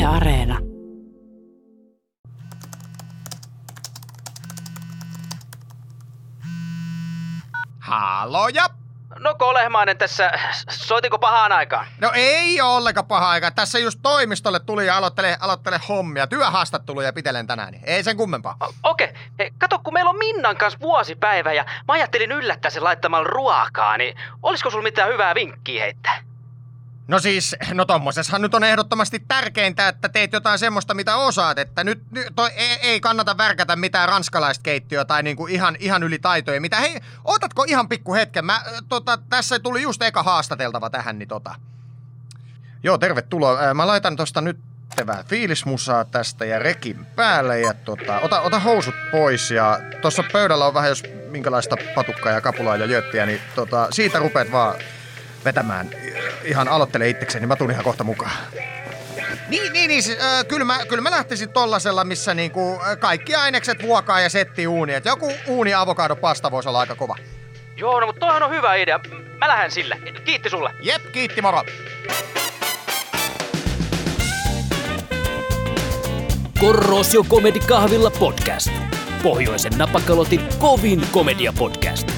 Areena. Haloja! No Kolehmainen tässä, soitiko pahaan aikaan? No ei ole ollenkaan paha aika. Tässä just toimistolle tuli ja aloittele hommia. Työhaastatteluja pitelen tänään. Ei sen kummempaa. Okei. Hei, kato, kun meillä on Minnan kanssa vuosipäivä ja mä ajattelin yllättää sen laittamalla ruokaa, niin olisiko sulla mitään hyvää vinkkiä heittää? No siis, tommosessahan nyt on ehdottomasti tärkeintä, että teet jotain semmoista, mitä osaat. Että nyt ei kannata värkätä mitään ranskalaista keittiöä tai niinku ihan yli taitoja. Hei, otatko ihan pikku hetken? Tässä tuli just eka haastateltava tähän, niin Joo, tervetuloa. Mä laitan tosta nyt vähän fiilismusaa tästä ja rekin päälle ja ota housut pois ja tossa pöydällä on vähän jos minkälaista patukkaa ja kapulaa ja jöttiä, niin siitä rupeat vaan vetämään. Ihan aloittele itsekseni, niin mä tuun ihan kohta mukaan. Kyllä mä lähtisin tollasella, missä niinku kaikki ainekset vuokaa ja settii uuni. Et joku uuni avokadopasta voisi olla aika kova. Joo, no mutta toihan on hyvä idea. Mä lähden sille. Kiitti sulle. Jep, kiitti, moro. Corrosio Comedy Kahvilla podcast. Pohjoisen napakalotin kovin komedia podcast.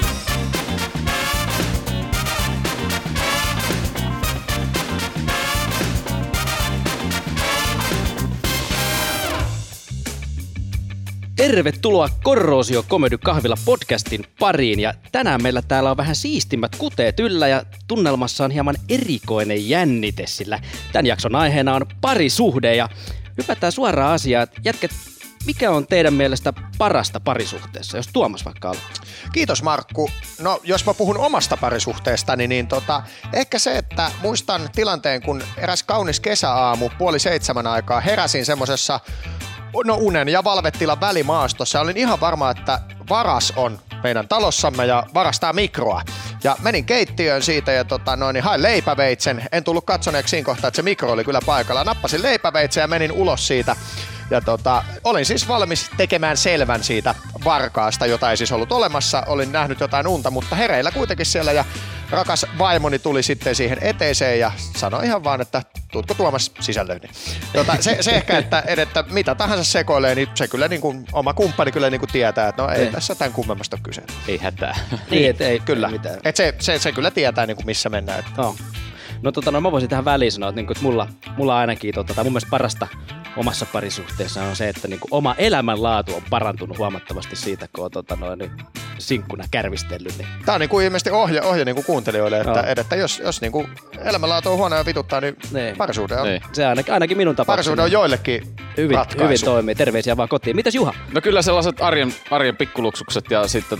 Tervetuloa Corrosio Comedy Kahvilla podcastin pariin ja tänään meillä täällä on vähän siistimmät kuteet yllä ja tunnelmassa on hieman erikoinen jännite, sillä tämän jakson aiheena on parisuhde ja hypätään suoraan asiaan. Jätket, mikä on teidän mielestä parasta parisuhteessa, jos Tuomas vaikka aloittaa? Kiitos Markku. No jos mä puhun omasta parisuhteestani, niin ehkä se, että muistan tilanteen, kun eräs kaunis kesäaamu 6:30 aikaa heräsin semmosessa unen ja valvetilan välimaastossa. Olin ihan varma, että varas on meidän talossamme ja varastaa mikroa. Ja menin keittiöön siitä ja hain leipäveitsen. En tullut katsoneeksi siinä kohtaa, että se mikro oli kyllä paikalla. Nappasin leipäveitsen ja menin ulos siitä. Ja olin siis valmis tekemään selvän siitä varkaasta, jota ei siis ollut olemassa. Olin nähnyt jotain unta, mutta hereillä kuitenkin siellä ja rakas vaimoni tuli sitten siihen eteiseen ja sanoi ihan vaan, että tuutko Tuomas sisällöön. Se ehkä, että mitä tahansa sekoilee, niin se kyllä niin kuin, oma kumppani kyllä niin kuin tietää, että ei tässä tämän kummemmasta ole kyse. Ei hätää. Ei kyllä. Mitään. Se kyllä tietää niin kuin missä mennään. Että. No mä voisin tähän väliin sanoa, että mulla ainakin mun mielestä parasta omassa parisuhteessa on se, että niinku oma elämänlaatu on parantunut huomattavasti siitä, kun on sinkkuna kärvistellyt. Niin. Tää on niinku ilmeisesti ohje niinku kuuntelijoille, että jos niinku elämänlaatu on huono ja vituttaa, niin parisuhde on. Niin. Se ainakin minun tapaukseni. Parisuhde on joillekin ratkaisu. Hyvin toimii. Terveisiä vaan kotiin. Mitäs Juha? No kyllä sellaiset arjen pikkuluksukset ja sitten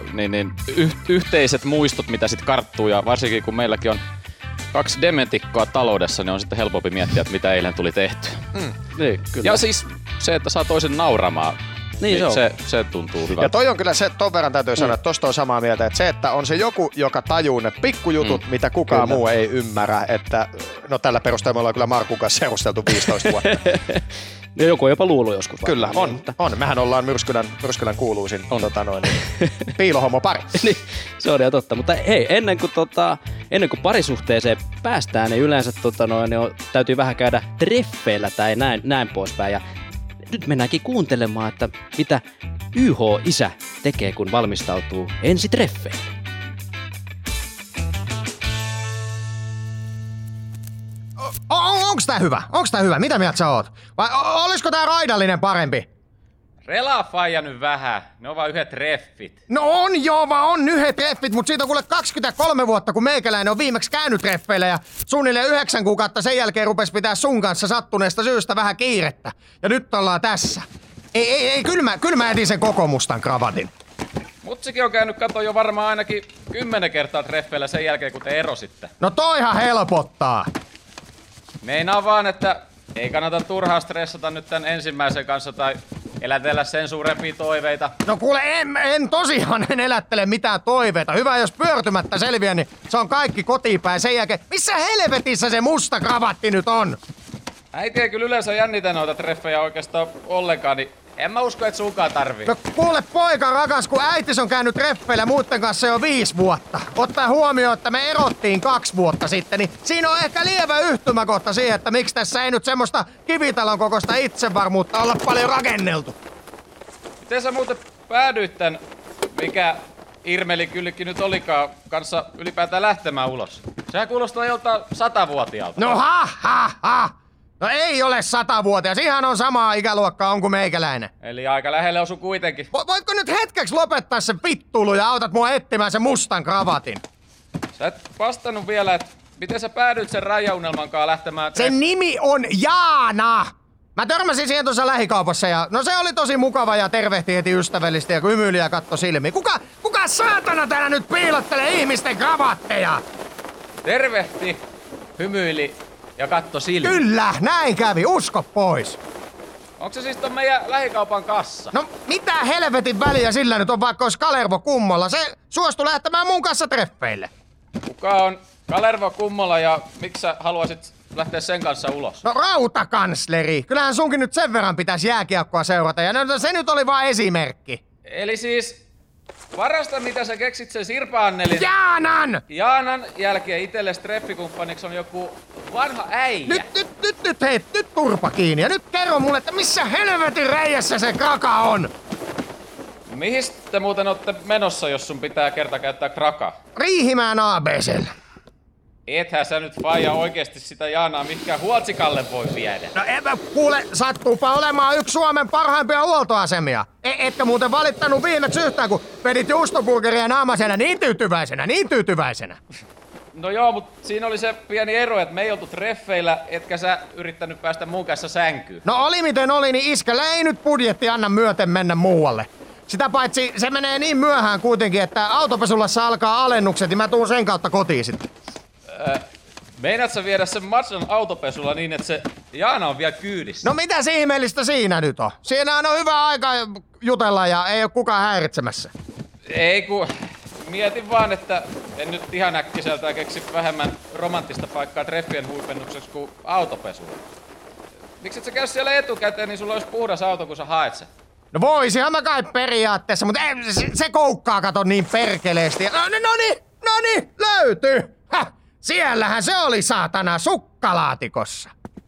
yhteiset muistot, mitä sit karttuu ja varsinkin kun meilläkin on 2 dementikkoa taloudessa, niin on sitten helpompi miettiä, että mitä eilen tuli tehty. Niin, kyllä. Ja siis se, että saa toisen nauramaan, niin se tuntuu hyvältä. Ja toi on kyllä se, ton verran täytyy sanoa, että tosta on samaa mieltä, että se, että on se joku, joka tajuu ne pikkujutut, mitä kukaan muu ei ymmärrä, että no tällä perusteella me ollaan kyllä Markun kanssa seurusteltu 15 vuotta. Ja joku on jopa luullut joskus. Kyllä, on. Mehän ollaan Myrskylän kuuluisin piilohomopari. Niin, se on ihan totta. Mutta hei, ennen kuin parisuhteeseen päästään, niin yleensä täytyy vähän käydä treffeillä tai näin poispäin. Ja nyt mennäänkin kuuntelemaan, että mitä YH-isä tekee, kun valmistautuu ensitreffeille. Onks tää hyvä? Mitä mieltä sä oot? Vai olisiko tää raidallinen parempi? Relaa faija nyt vähän. Ne on vaan yhdet treffit. No on yhdet treffit, mut siitä on kuule 23 vuotta, kun meikäläinen on viimeksi käynyt treffeillä ja suunnilleen 9 kuukautta sen jälkeen rupes pitää sun kanssa sattuneesta syystä vähän kiirettä. Ja nyt ollaan tässä. Kyllä mä etin sen koko mustan kravatin. Mutsikin on käynyt jo varmaan ainakin 10 kertaa treffeillä sen jälkeen, kun te erositte. No toihan helpottaa. Meinaa vaan, että ei kannata turhaa stressata nyt tän ensimmäisen kanssa tai elätellä sen suurempia toiveita. No kuule, en tosiaan elättele mitään toiveita. Hyvä, jos pyörtymättä selviää, niin se on kaikki kotiin päin sen jälkeen. Missä helvetissä se musta kravatti nyt on? Äiti ei kyllä yleensä jännitä noita treffejä oikeastaan ollenkaan, niin En mä usko, että sunkaan tarvii. No kuule poika rakas, kun äitis on käynyt treffeillä muuten kanssa jo 5 vuotta. Ottaa huomioon, että me erottiin 2 vuotta sitten, niin siinä on ehkä lievä yhtymäkohta siihen, että miksi tässä ei nyt semmoista kivitalon kokoista itsevarmuutta olla paljon rakenneltu. Miten sä muuten päädyit tän, mikä Irmelikyllikki nyt olikaan, kanssa ylipäätään lähtemään ulos? Sehän kuulostaa joltain 100-vuotiaalta. No ha! No ei ole 100-vuotias, ihan on samaa ikäluokkaa on kuin meikäläinen. Eli aika lähelle osu kuitenkin. Voitko nyt hetkeksi lopettaa se vittuilu ja autat mua etsimään sen mustan kravatin? Sä et vastannut vielä, että miten sä päädyit sen rajaunelmankaan lähtemään... Sen nimi on Jaana! Mä törmäsin siihen tuossa lähikaupassa ja no se oli tosi mukava ja tervehti heti ystävällisesti ja hymyili ja katto silmiin. Kuka saatana täällä nyt piilottelee ihmisten kravatteja? Tervehti, hymyili ja katto silmiin. Kyllä, näin kävi, usko pois. Onko se siis ton meidän lähikaupan kassa? No mitä helvetin väliä sillä nyt on, vaikka olisi Kalervo Kummola? Se suostui lähtemään mun kanssa treffeille. Kuka on Kalervo Kummola ja miksi sä haluaisit lähteä sen kanssa ulos? No rautakansleri, kyllähän sunkin nyt sen verran pitäisi jääkiekkoa seurata ja no, se nyt oli vaan esimerkki. Eli siis parasta mitä sä keksit sen Sirpa-Annelin... Jaanan! Jaanan jälkeen itelles treffikumppaniksi on joku vanha äijä. Nyt turpa kiinni ja nyt kerro mulle, että missä helvetin reijässä se kraka on? Mihin te muuten ootte menossa, jos sun pitää kerta käyttää krakaa? Riihimään ABC:llä. Ethän sä nyt faija oikeesti sitä Jaanaa mihinkään Huoltsikalle voi viedä. No kuule, sattuupa olemaan yksi Suomen parhaimpia huoltoasemia. Etkä muuten valittanut viimeksi yhtään, kun vedit juustoburgeria naamasena niin tyytyväisenä. No joo, mut siinä oli se pieni ero, että me ei oltu treffeillä, etkä sä yrittänyt päästä mun kanssa sänkyyn. No oli miten oli, niin iskällä ei nyt budjetti anna myöten mennä muualle. Sitä paitsi se menee niin myöhään kuitenkin, että autopesulassa alkaa alennukset, niin mä tuun sen kautta kotiin sitten. Meinaat sä viedä sen matsan autopesulla niin, että se Jaana on vielä kyydissä? No mitä ihmeellistä siinä nyt on? Siinä on hyvä aika jutella ja ei ole kukaan häiritsemässä. Ei kun mietin vaan, että en nyt ihan äkkiseltään keksi vähemmän romanttista paikkaa treffien huipennukseksi kuin autopesulla. Miksi et sä käy siellä etukäteen, niin sulla olisi puhdas auto, kun sä haet sen? No voisihan mä kai periaatteessa, mutta se koukkaa kato niin perkeleesti. No niin, löytyy! Häh, siellähän se oli saatana sukkalaatikossa.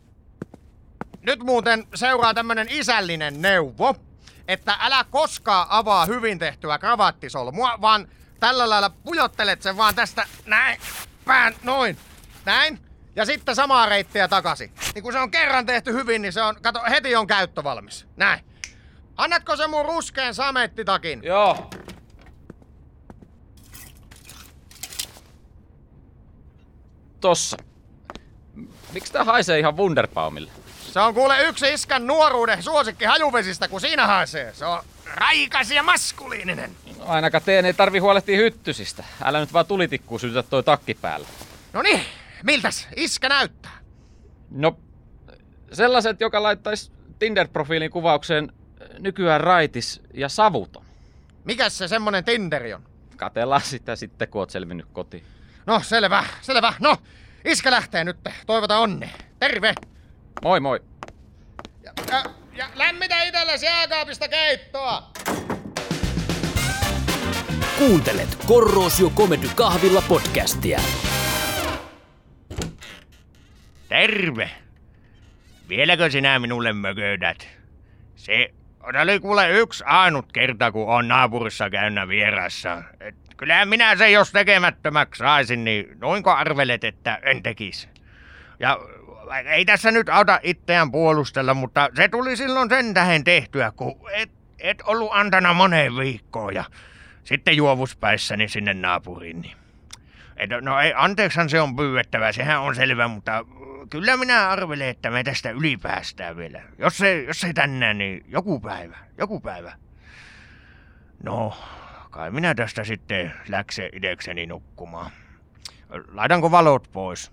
Nyt muuten seuraa tämmönen isällinen neuvo, että älä koskaan avaa hyvin tehtyä kravattisolmua, vaan tällä lailla pujottelet sen vaan tästä näin, noin, näin. Ja sitten samaa reittiä takaisin. Niin kun se on kerran tehty hyvin, niin se on, kato, heti on käyttövalmis. Näin. Annatko se mun ruskeen samettitakin? Joo. Tossa. Miksi tää haisee ihan Wunderbaumille? Se on kuule yksi iskän nuoruuden suosikki hajuvesistä, kun siinä haisee. Se on raikas ja maskuliininen. No, ainakaan teen ei tarvi huolehtia hyttysistä. Älä nyt vaan tulitikkuu sytytä toi takki päälle. Noniin, miltäs iskä näyttää? No, sellaiset, joka laittaisi Tinder-profiilin kuvaukseen nykyään raitis ja savuton. Mikäs se semmonen Tinderi on? Katellaan sitä sitten, kun oot selvinnyt kotiin. No, selvä. No, iskä lähtee nyt. Toivotaan onnea. Terve! Moi moi! Ja lämmitä itsellesi jääkaapista keittoa! Kuuntelet Corrosio Comedy Kahvilla podcastia. Terve! Vieläkö sinä minulle möködät? Se oli kuule yksi ainut kerta, kun on naapurissa käynyt vierassa. Kyllähän minä sen jos tekemättömäksi saisin, niin noinko arvelet, että en tekisi? Ja ei tässä nyt auta itseään puolustella, mutta se tuli silloin sen tähden tehtyä, kun et ollut antana moneen viikkoon ja sitten juovuspäissäni sinne naapuriin. Niin. No ei, anteeksihan se on pyydettävä, sehän on selvä, mutta kyllä minä arvelen, että me tästä ylipäästään vielä. Jos ei tänään, niin joku päivä. No, kai minä tästä sitten läkse idekseni nukkumaan. Laitanko valot pois?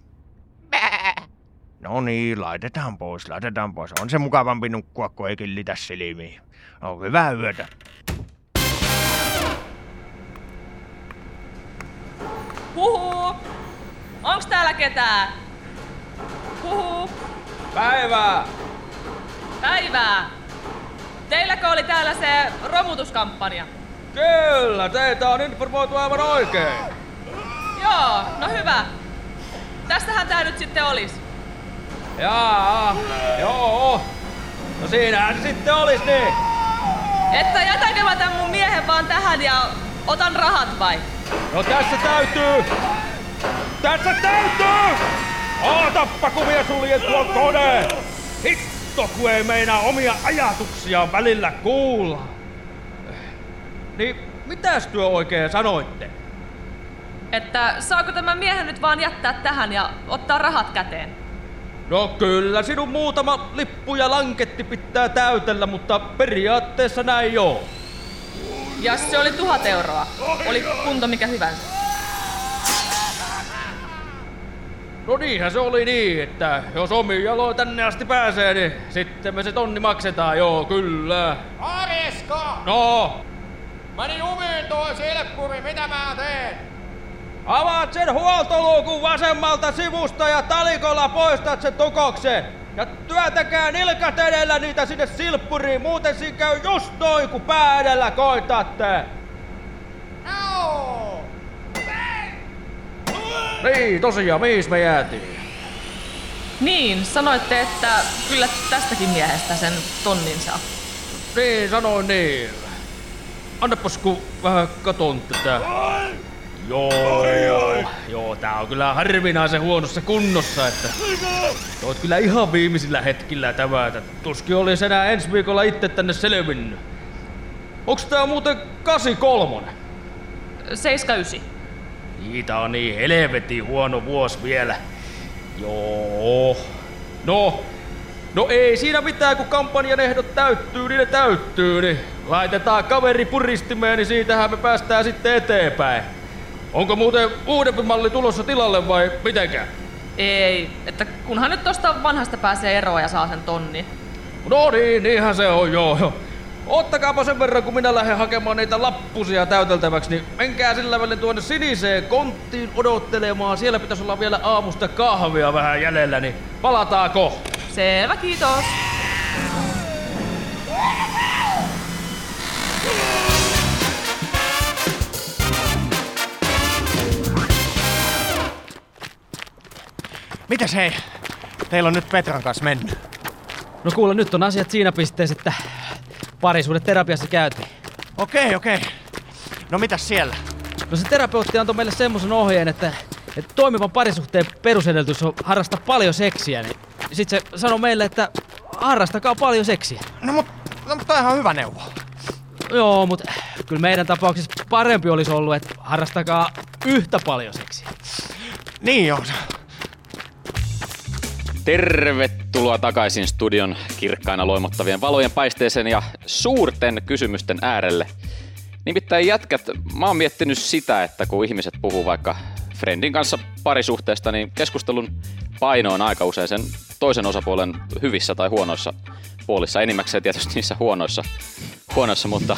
No niin, laitetaan pois. On se mukavampi nukkua, kun ei killitä silmiin. No, hyvää yötä. Huhu! Onks täällä ketään? Huhu! Päivää! Päivää! Teilläkö oli täällä se romutuskampanja? Kyllä, teitä on informoitu aivan oikein. Joo, no hyvä. Tässähän tää nyt sitten olis. Joo. No siinähän se sitten olis niin. Että jätänkö mä tän mun miehen vaan tähän ja otan rahat vai? No tässä täytyy! Ootappa kun mie suljen tuon koneen! Hitto kun ei meinaa omia ajatuksiaan välillä kuulla. Niin mitäs työ oikein sanoitte? Että saako tämän miehen nyt vaan jättää tähän ja ottaa rahat käteen? No kyllä sinun muutama lippu ja lanketti pitää täytellä, mutta periaatteessa näin joo. Ja se oli 1000 euroa. Oli kunto mikä hyvänsä. No niinhän se oli niin, että jos omiin jaloin tänne asti pääsee, niin sitten me se tonni maksetaan, joo kyllä. Ariska! No? Meni jumiin tuo silppuri, mitä mä teen? Avaat sen huoltoluukun vasemmalta sivusta ja talikolla poistat sen tukoksen. Ja työtäkää nilkat edellä niitä sinne silppuriin, muuten siinä käy just noin kun pää edellä koitatte. Joo! Niin, tosiaan, mihin me jäätiin? Niin, sanoitte, että kyllä tästäkin miehestä sen tonnin saa. Niin, sanoin niin. Annapas kun vähän katon tätä. Joo, tää on kyllä harvinaisen huonossa kunnossa, että oot kyllä ihan viimeisillä hetkillä tämä, että tuskin olisi enää ensi viikolla itse tänne selvinnyt. Onks tää muuten 83? 79. Niitä on niin helvetin huono vuosi vielä. Joo. No ei siinä mitään, kun kampanjan ehdot täyttyy, niin ne täyttyy, niin laitetaan kaveri puristimeen, niin siitähän me päästään sitten eteenpäin. Onko muuten uudempi malli tulossa tilalle vai mitenkään? Ei, että kunhan nyt tosta vanhasta pääsee eroon ja saa sen tonni. No niin, niinhän se on, joo. Ottakaapa sen verran, kun minä lähden hakemaan niitä lappusia täyteltäväksi, niin menkää sillä välin tuonne siniseen konttiin odottelemaan. Siellä pitäisi olla vielä aamusta kahvia vähän jäljellä, niin palataanko? Selvä, kiitos. Mitäs hei? Teillä on nyt Petran kanssa mennyt. No kuule, nyt on asiat siinä pisteessä, että parisuhdeterapiassa käytiin. Okei. No mitäs siellä? No se terapeutti antoi meille semmoisen ohjeen, että toimivan parisuhteen perusedellytys on harrastaa paljon seksiä. Niin sit se sanoi meille, että harrastakaa paljon seksiä. No mut toi on ihan hyvä neuvo. Joo, mutta kyllä meidän tapauksessa parempi olisi ollut, että harrastakaa yhtä paljon seksiä. Niin on. Tervetuloa takaisin studion kirkkaina loimottavien valojen paisteeseen ja suurten kysymysten äärelle. Nimittäin jätkät, mä oon miettinyt sitä, että kun ihmiset puhuu vaikka friendin kanssa parisuhteesta, niin keskustelun paino on aika usein sen toisen osapuolen hyvissä tai huonoissa puolissa. Enimmäkseen tietysti niissä huonoissa, mutta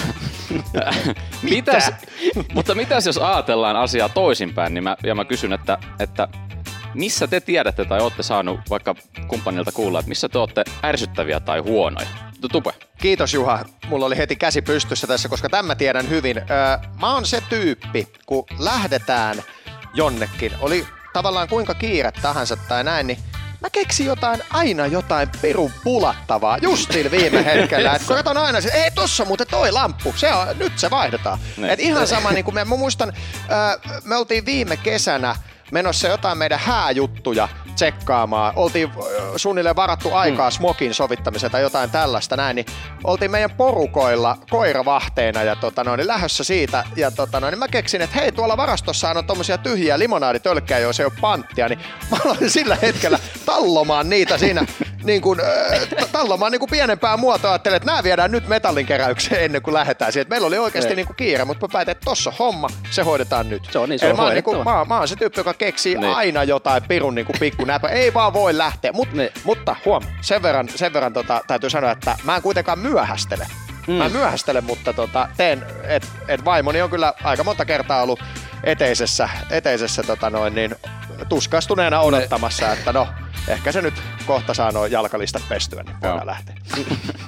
mitäs jos ajatellaan asiaa toisinpäin, niin mä kysyn, että missä te tiedätte tai olette saanut vaikka kumppanilta kuulla, että missä te olette ärsyttäviä tai huonoja? Tupe. Kiitos Juha. Mulla oli heti käsi pystyssä tässä, koska tämän mä tiedän hyvin. Mä oon se tyyppi, kun lähdetään jonnekin, oli tavallaan kuinka kiire tahansa tai näin, niin mä keksin aina jotain pirun pulattavaa justiin viime hetkellä. Et kun katson aina, että ei tossa muuten toi lamppu, nyt se vaihdetaan. Et ihan sama, niin kuin mä muistan, me oltiin viime kesänä menossa jotain meidän hääjuttuja tsekkaamaan. Oltiin suunnilleen varattu aikaa smokin sovittamiseen tai jotain tällaista näin, niin oltiin meidän porukoilla koiravahteena ja niin lähdössä siitä. Ja niin mä keksin, että hei, tuolla varastossahan on tommosia tyhjiä limonaaditölkkejä, joissa ei ole panttia, niin mä aloin sillä hetkellä tallomaan niitä siinä, tallomaan pienempää muotoa. Ajattelin, että nää viedään nyt metallinkeräykseen ennen kuin lähdetään siihen. Meillä oli oikeasti kiire, mutta mä päätin, että tossa homma, se hoidetaan nyt. Se on niin, se on hoidettava. Mä oon se tyyppi, joka keksii aina jotain pirun pikku näpä. Ei vaan voi lähteä. Mutta sen verran täytyy sanoa, että mä en kuitenkaan myöhästele. Mä en myöhästele, mutta teen, että vaimoni on kyllä aika monta kertaa ollut eteisessä niin tuskastuneena odottamassa, että no, ehkä se nyt kohta saa nuo jalkalistat pestyä, niin voidaan lähteä.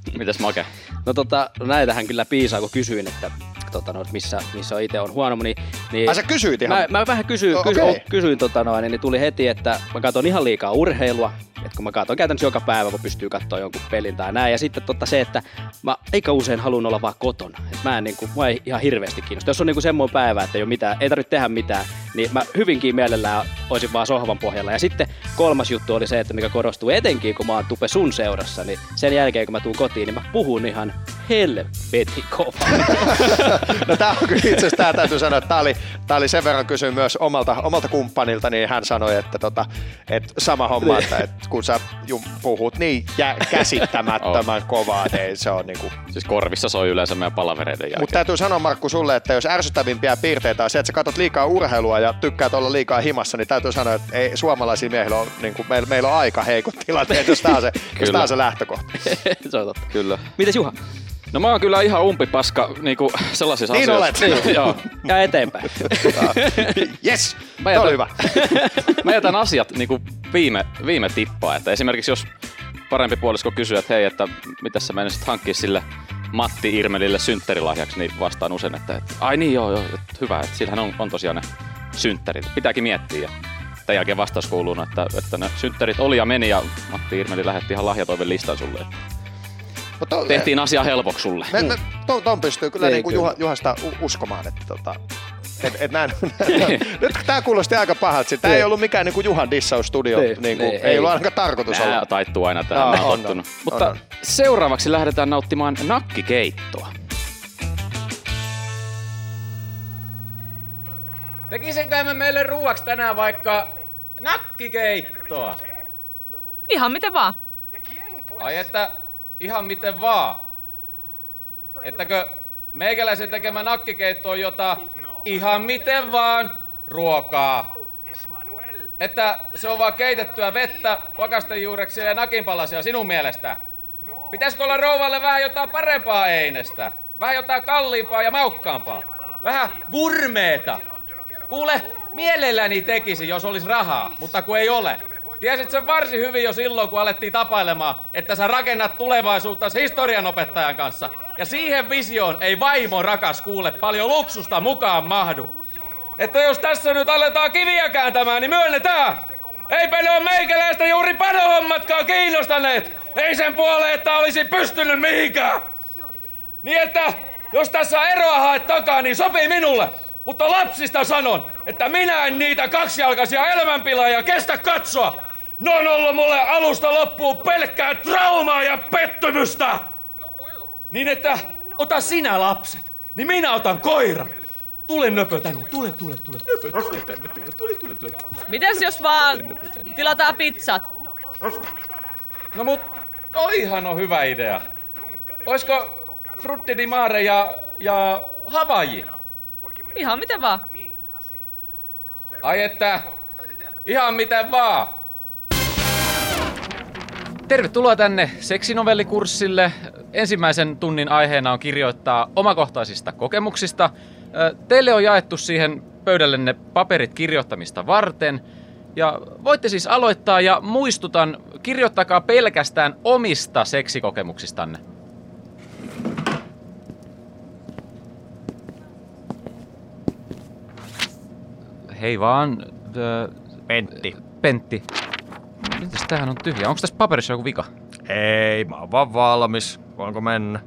Mitäs Make? No näitähän kyllä piisaa, kun kysyin, että missä itse on huono, niin Sä kysyit ihan? Mä vähän kysyin, niin tuli heti, että mä katson ihan liikaa urheilua, että kun mä katson käytännössä joka päivä, kun pystyy katsoa jonkun pelin tai näin, ja sitten se, että mä aika usein haluan olla vaan kotona, että mä en mua ei ihan hirveästi kiinnosta. Jos on semmoinen päivä, että ei tarvitse tehdä mitään, niin mä hyvinkin mielellään olisin vaan sohvan pohjalla. Ja sitten kolmas juttu oli se, että mikä korostuu etenkin, kun mä oon Tupe sun seurassa, niin sen jälkeen kun mä tuun kotiin, niin mä puhun ihan helvetin kovaa. No tää on kyllä itse asiassa, tää täytyy sanoa, että tää oli sen verran kysyin myös omalta kumppanilta, niin hän sanoi, että sama homma, että kun sä puhut niin käsittämättömän kovaa, niin se on niinku... Siis korvissa soi yleensä meidän palavereiden jälkeen. Mutta täytyy sanoa, Markku, sulle, että jos ärsyttävimpiä piirteitä on se, että sä katsot liikaa urheilua ja tykkäät olla liikaa himassa, niin täytyy sanoa, että ei suomalaisilla miehillä on, niinku, meillä on aika heikot tilanteet, jos tää on se lähtökohta. Se on totta. Kyllä. Mites Juha? No mä oon kyllä ihan umpipaska niinku sellaisissa niin asioissa. Niin olet. Joo. Ja eteenpäin. Yes, tämä oli hyvä. Mä jätän asiat niinku viime tippaa, että esimerkiksi jos parempi puolisko kysyy, että hei, että mitä sä menisit hankkia sille Matti Irmelille synttärilahjaksi, niin vastaan usein, että ai niin joo, että hyvä, että sillähän on tosiaan ne synttärit. Pitääkin miettiä. Ja tämän jälkeen vastaus kuuluu, että ne synttärit oli ja meni ja Matti Irmeli lähetti ihan lahjatoiven listan sulle. Tehtiin asia helpoksi sulle. Ton pystyy kyllä niin kuin Juhasta uskomaan, että nyt tää kuulosti aika pahalta. Tää ei ollut mikään niinku Juhan dissausstudio. Ei ollut ainakaan tarkoitus olla. Taittuu aina tähän, mä oon tottunut. Mutta seuraavaksi lähdetään nauttimaan nakkikeittoa. Tekisinkö me meille ruuaksi tänään vaikka nakkikeittoa? Ihan miten vaan. Ai että ihan miten vaan. Ettäkö meikäläisen tekemä nakkikeitto on ihan miten vaan ruokaa. Että se on vaan keitettyä vettä, pakastejuureksia ja nakinpalasia sinun mielestä. Pitäisikö olla rouvalle vähän jotain parempaa einestä? Vähän jotain kalliimpaa ja maukkaampaa? Vähän gurmeeta? Kuule, mielelläni tekisi, jos olisi rahaa, mutta kun ei ole. Tiesit sen varsin hyvin jo silloin, kun alettiin tapailemaan, että sä rakennat tulevaisuutta historianopettajan kanssa. Ja siihen visioon ei vaimo rakas kuule paljon luksusta mukaan mahdu. Että jos tässä nyt aletaan kiviä kääntämään, niin myönnetään! Eipä ne ole meikäläistä juuri padohommatkaan kiinnostaneet! Ei sen puoleen, että olisi pystynyt mihinkään! Niin että, jos tässä eroa haet takaa, niin sopii minulle! Mutta lapsista sanon, että minä en niitä kaksijalkaisia elämänpilaajia kestä katsoa! Ne on ollut mulle alusta loppuun pelkkää traumaa ja pettymystä! Niin että, ota sinä lapset, niin minä otan koiran! Tule nöpö tänne, tule. Nöpö tänne, tule. Mites jos vaan tilataan pizzat? No mut, toihan on hyvä idea. Oisko Frutti di Mare ja Havaji? Ihan miten vaan. Ai että, ihan miten vaan. Tervetuloa tänne seksinovellikurssille. Ensimmäisen tunnin aiheena on kirjoittaa omakohtaisista kokemuksista. Teille on jaettu siihen pöydällenne paperit kirjoittamista varten. Ja voitte siis aloittaa ja muistutan, kirjoittakaa pelkästään omista seksikokemuksistanne. Hei vaan. Pentti. Mitäs tämähän on tyhjä? Onko tässä paperissa joku vika? Ei, mä oon vaan valmis. Voinko mennä?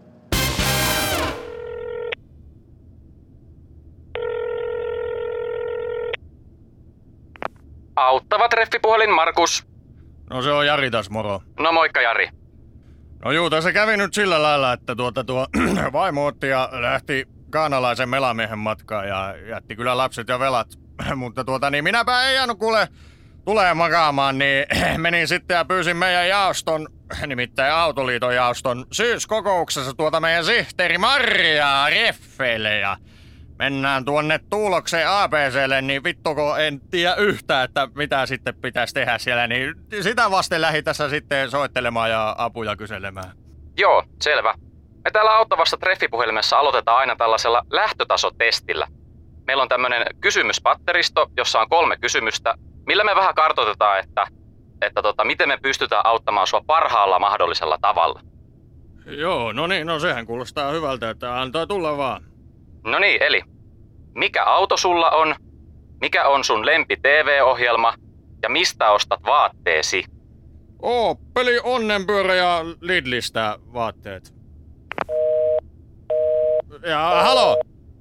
Auttava treffipuhelin, Markus. No se on Jari taas, moro. No moikka Jari. No juu, tässä kävi nyt sillä lailla, että tuo vaimo otti ja lähti kaanalaisen melamiehen matkaan ja jätti kyllä lapset ja velat. Mutta niin minäpä ei jäänyt kuule tulee makaamaan, niin menin sitten ja pyysin meidän jaoston, nimittäin Autoliiton jaoston syyskokouksessa meidän sihteeri Marjaa Reffeille ja mennään tuonne Tuuloksen ABClle, niin vittuko en tiedä yhtään, että mitä sitten pitäisi tehdä siellä, niin sitä vasten lähdin tässä sitten soittelemaan ja apuja kyselemään. Joo, selvä. Me täällä auttavassa treffipuhelimessa aloitetaan aina tällaisella lähtötasotestillä. Meillä on tämmönen kysymyspatteristo, jossa on 3 kysymystä, millä me vähän kartoitetaan, että miten me pystytään auttamaan sua parhaalla mahdollisella tavalla. Joo, no niin, no sehän kuulostaa hyvältä, että antaa tulla vaan. No niin, eli mikä auto sulla on? Mikä on sun lempi TV-ohjelma? Ja mistä ostat vaatteesi? Peli Onnenpyörä ja Lidlistä vaatteet. Ja halo!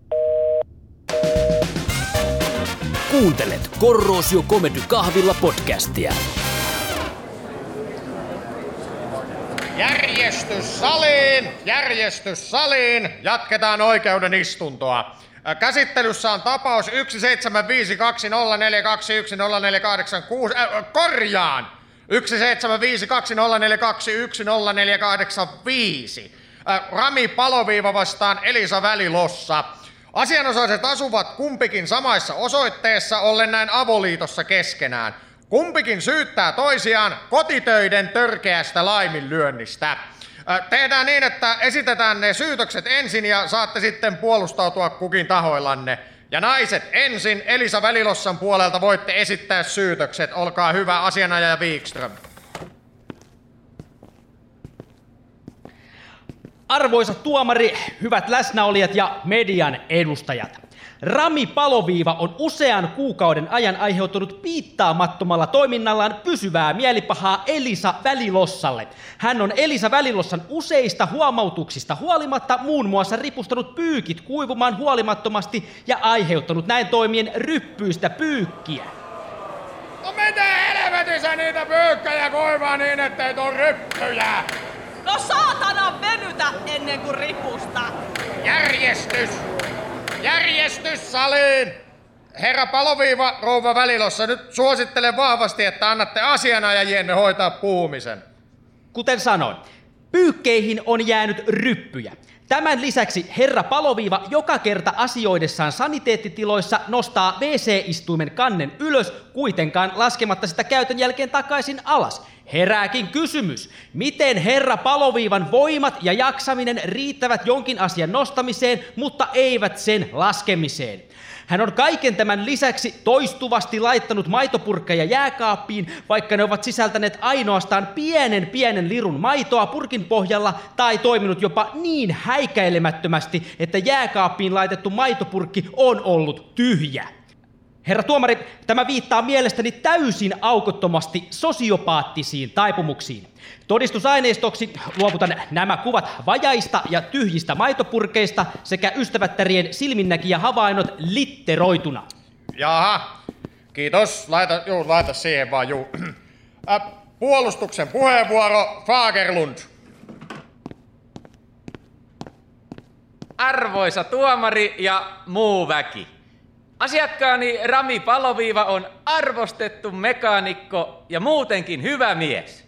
Kuuntelet Korrosio Comedy Kahvilla podcastia. Järjestys saliin! Järjestys saliin! Jatketaan oikeuden istuntoa. Käsittelyssä on tapaus 17520421048. Korjaan! 17520421048. Rami Paloviiva vastaan Elisa Välilossa. Asianosaiset asuvat kumpikin samaissa osoitteessa, ollen näin avoliitossa keskenään. Kumpikin syyttää toisiaan kotitöiden törkeästä laiminlyönnistä. Tehdään niin, että esitetään ne syytökset ensin ja saatte sitten puolustautua kukin tahoillanne. Ja naiset ensin, Elisa Välilossan puolelta voitte esittää syytökset. Olkaa hyvä, asianajaja Wikström. Arvoisa tuomari, hyvät läsnäolijat ja median edustajat. Rami Paloviiva on usean kuukauden ajan aiheuttanut piittaamattomalla toiminnallaan pysyvää mielipahaa Elisa Välilossalle. Hän on Elisa Välilossan useista huomautuksista huolimatta muun muassa ripustanut pyykit kuivumaan huolimattomasti ja aiheuttanut näin toimien ryppyistä pyykkiä. No miten helvetissä niitä pyykkäjä kuivaa niin, ettei tuu ryppyjä? No saatana venytä ennen kuin ripusta. Järjestys! Järjestys saliin! Herra Paloviiva, rouva Välilossa, nyt suosittelen vahvasti, että annatte asianajajienne hoitaa puhumisen. Kuten sanoin, pyykkeihin on jäänyt ryppyjä. Tämän lisäksi herra Paloviiva joka kerta asioidessaan saniteettitiloissa nostaa WC-istuimen kannen ylös, kuitenkaan laskematta sitä käytön jälkeen takaisin alas. Herääkin kysymys, miten herra Paloviivan voimat ja jaksaminen riittävät jonkin asian nostamiseen, mutta eivät sen laskemiseen. Hän on kaiken tämän lisäksi toistuvasti laittanut maitopurkkeja jääkaappiin, vaikka ne ovat sisältäneet ainoastaan pienen lirun maitoa purkin pohjalla, tai toiminut jopa niin häikäilemättömästi, että jääkaappiin laitettu maitopurkki on ollut tyhjä. Herra tuomari, tämä viittaa mielestäni täysin aukottomasti sosiopaattisiin taipumuksiin. Todistusaineistoksi luovutan nämä kuvat vajaista ja tyhjistä maitopurkeista sekä ystävättärien silminnäkijähavainnot litteroituna. Jaha, kiitos. Laita siihen vaan, juu. Puolustuksen puheenvuoro, Fagerlund. Arvoisa tuomari ja muu väki. Asiakkaani Rami Paloviiva on arvostettu mekaanikko ja muutenkin hyvä mies.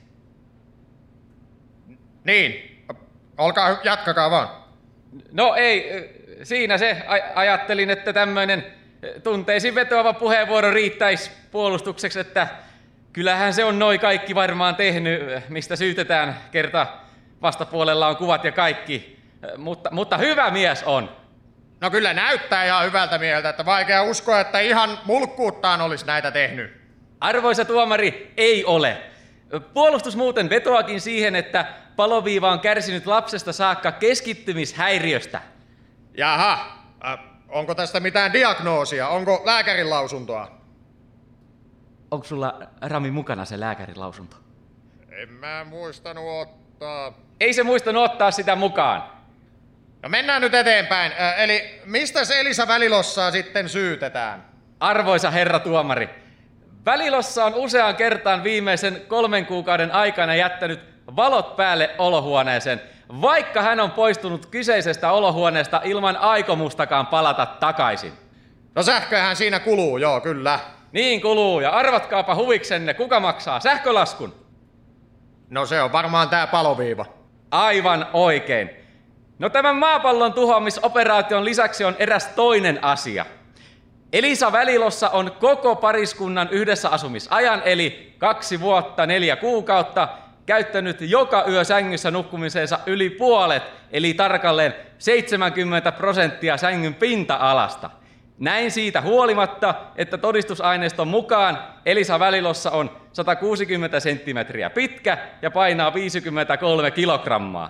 Niin, jatkakaa vaan. No ei, siinä se. Ajattelin, että tämmöinen tunteisiin vetoava puheenvuoro riittäisi puolustukseksi, että kyllähän se on noi kaikki varmaan tehnyt, mistä syytetään, kerta vastapuolella on kuvat ja kaikki. Mutta hyvä mies on. No kyllä näyttää ihan hyvältä mieheltä, että vaikea uskoa, että ihan mulkkuuttaan olisi näitä tehnyt. Arvoisa tuomari, ei ole. Puolustus muuten vetoakin siihen, että Paloviiva on kärsinyt lapsesta saakka keskittymishäiriöstä. Jaha, onko tästä mitään diagnoosia? Onko lääkärin lausuntoa? Onko sulla, Rami, mukana se lääkärin lausunto? En mä muistanut ottaa. Ei se muistanut ottaa sitä mukaan. No mennään nyt eteenpäin. Eli mistä se Elisa Välilossaa sitten syytetään? Arvoisa herra tuomari, Välilossa on useaan kertaan viimeisen 3 kuukauden aikana jättänyt valot päälle olohuoneeseen, vaikka hän on poistunut kyseisestä olohuoneesta ilman aikomustakaan palata takaisin. No sähköähän siinä kuluu, joo, kyllä. Niin kuluu, ja arvatkaapa huviksenne, kuka maksaa sähkölaskun? No se on varmaan tää Paloviiva. Aivan oikein. No tämän maapallon tuhoamisoperaation lisäksi on eräs toinen asia. Elisa Välilossa on koko pariskunnan yhdessä asumisajan, eli 2 vuotta 4 kuukautta, käyttänyt joka yö sängyssä nukkumiseensa yli puolet, eli tarkalleen 70% sängyn pinta-alasta. Näin siitä huolimatta, että todistusaineiston mukaan Elisa Välilossa on 160 senttimetriä pitkä ja painaa 53 kilogrammaa.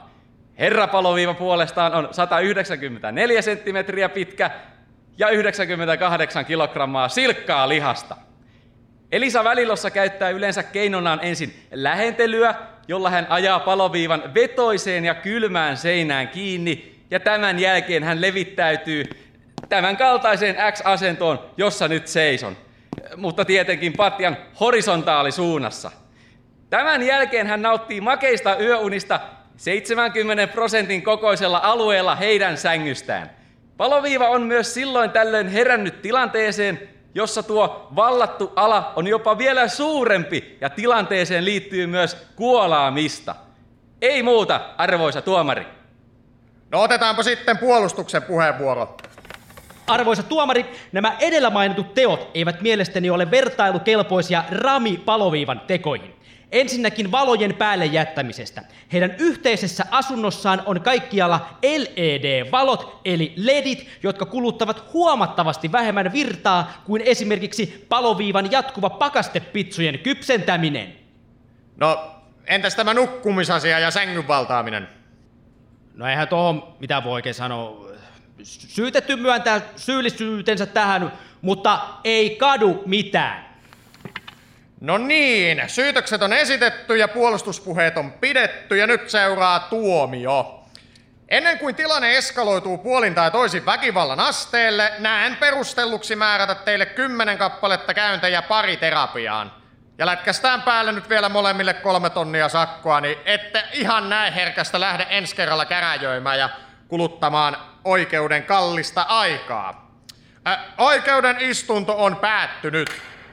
Herra Paloviiva puolestaan on 194 senttimetriä pitkä ja 98 kilogrammaa silkkaa lihasta. Elisa Välilossa käyttää yleensä keinonaan ensin lähentelyä, jolla hän ajaa paloviivan vetoiseen ja kylmään seinään kiinni, ja tämän jälkeen hän levittäytyy tämän kaltaiseen X-asentoon, jossa nyt seison, mutta tietenkin patjan horisontaalisuunnassa. Tämän jälkeen hän nauttii makeista yöunista 70% kokoisella alueella heidän sängystään. Paloviiva on myös silloin tällöin herännyt tilanteeseen, jossa tuo vallattu ala on jopa vielä suurempi ja tilanteeseen liittyy myös kuolaamista. Ei muuta, arvoisa tuomari. No otetaanpa sitten puolustuksen puheenvuoro. Arvoisa tuomari, nämä edellä mainitut teot eivät mielestäni ole vertailukelpoisia Rami Paloviivan tekoihin. Ensinnäkin valojen päälle jättämisestä. Heidän yhteisessä asunnossaan on kaikkialla LED-valot, eli LEDit, jotka kuluttavat huomattavasti vähemmän virtaa kuin esimerkiksi paloviivan jatkuva pakastepitsujen kypsentäminen. No, entäs tämä nukkumisasia ja sängyn valtaaminen? No eihän tohon mitä voi oikein sanoa. Syytetty myöntää syyllisyytensä tähän, mutta ei kadu mitään. No niin, syytökset on esitetty ja puolustuspuheet on pidetty ja nyt seuraa tuomio. Ennen kuin tilanne eskaloituu puolin tai toisin väkivallan asteelle, näen perustelluksi määrätä teille 10 kappaletta käyntejä pariterapiaan. Ja lätkästään päälle nyt vielä molemmille 3 tonnia sakkoa, niin ette ihan näin herkästä lähde ensi kerralla käräjöimään ja kuluttamaan oikeuden kallista aikaa. Oikeuden istunto on päättynyt.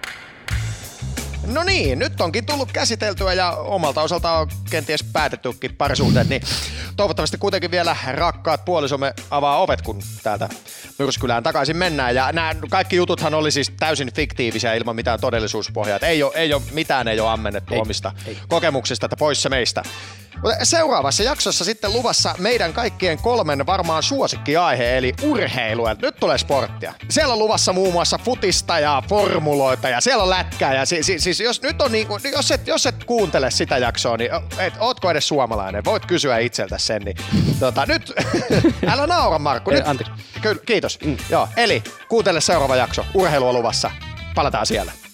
No niin, nyt onkin tullut käsiteltyä ja omalta osaltaan on kenties päätettykin parisuhteet, niin toivottavasti kuitenkin vielä rakkaat puolisomme avaa ovet, kun täältä Myrskylään takaisin mennään. Ja nämä kaikki jututhan oli siis täysin fiktiivisiä ilman mitään todellisuuspohjaa. Mitään ei ole ammennettu omista kokemuksista, että pois se meistä. Seuraavassa jaksossa sitten luvassa meidän kaikkien 3 varmaan suosikkiaihe, eli urheilu. Nyt tulee sporttia. Siellä on luvassa muun muassa futista ja formuloita ja siellä on lätkää. Ja siis jos nyt on niinku, jos et kuuntele sitä jaksoa, niin ootko edes suomalainen? Voit kysyä itseltä sen. Niin, nyt, älä naura Markku. Nyt, anteeksi. Kiitos. Joo, eli kuuntele seuraava jakso. Urheilu on luvassa. Palataan siellä.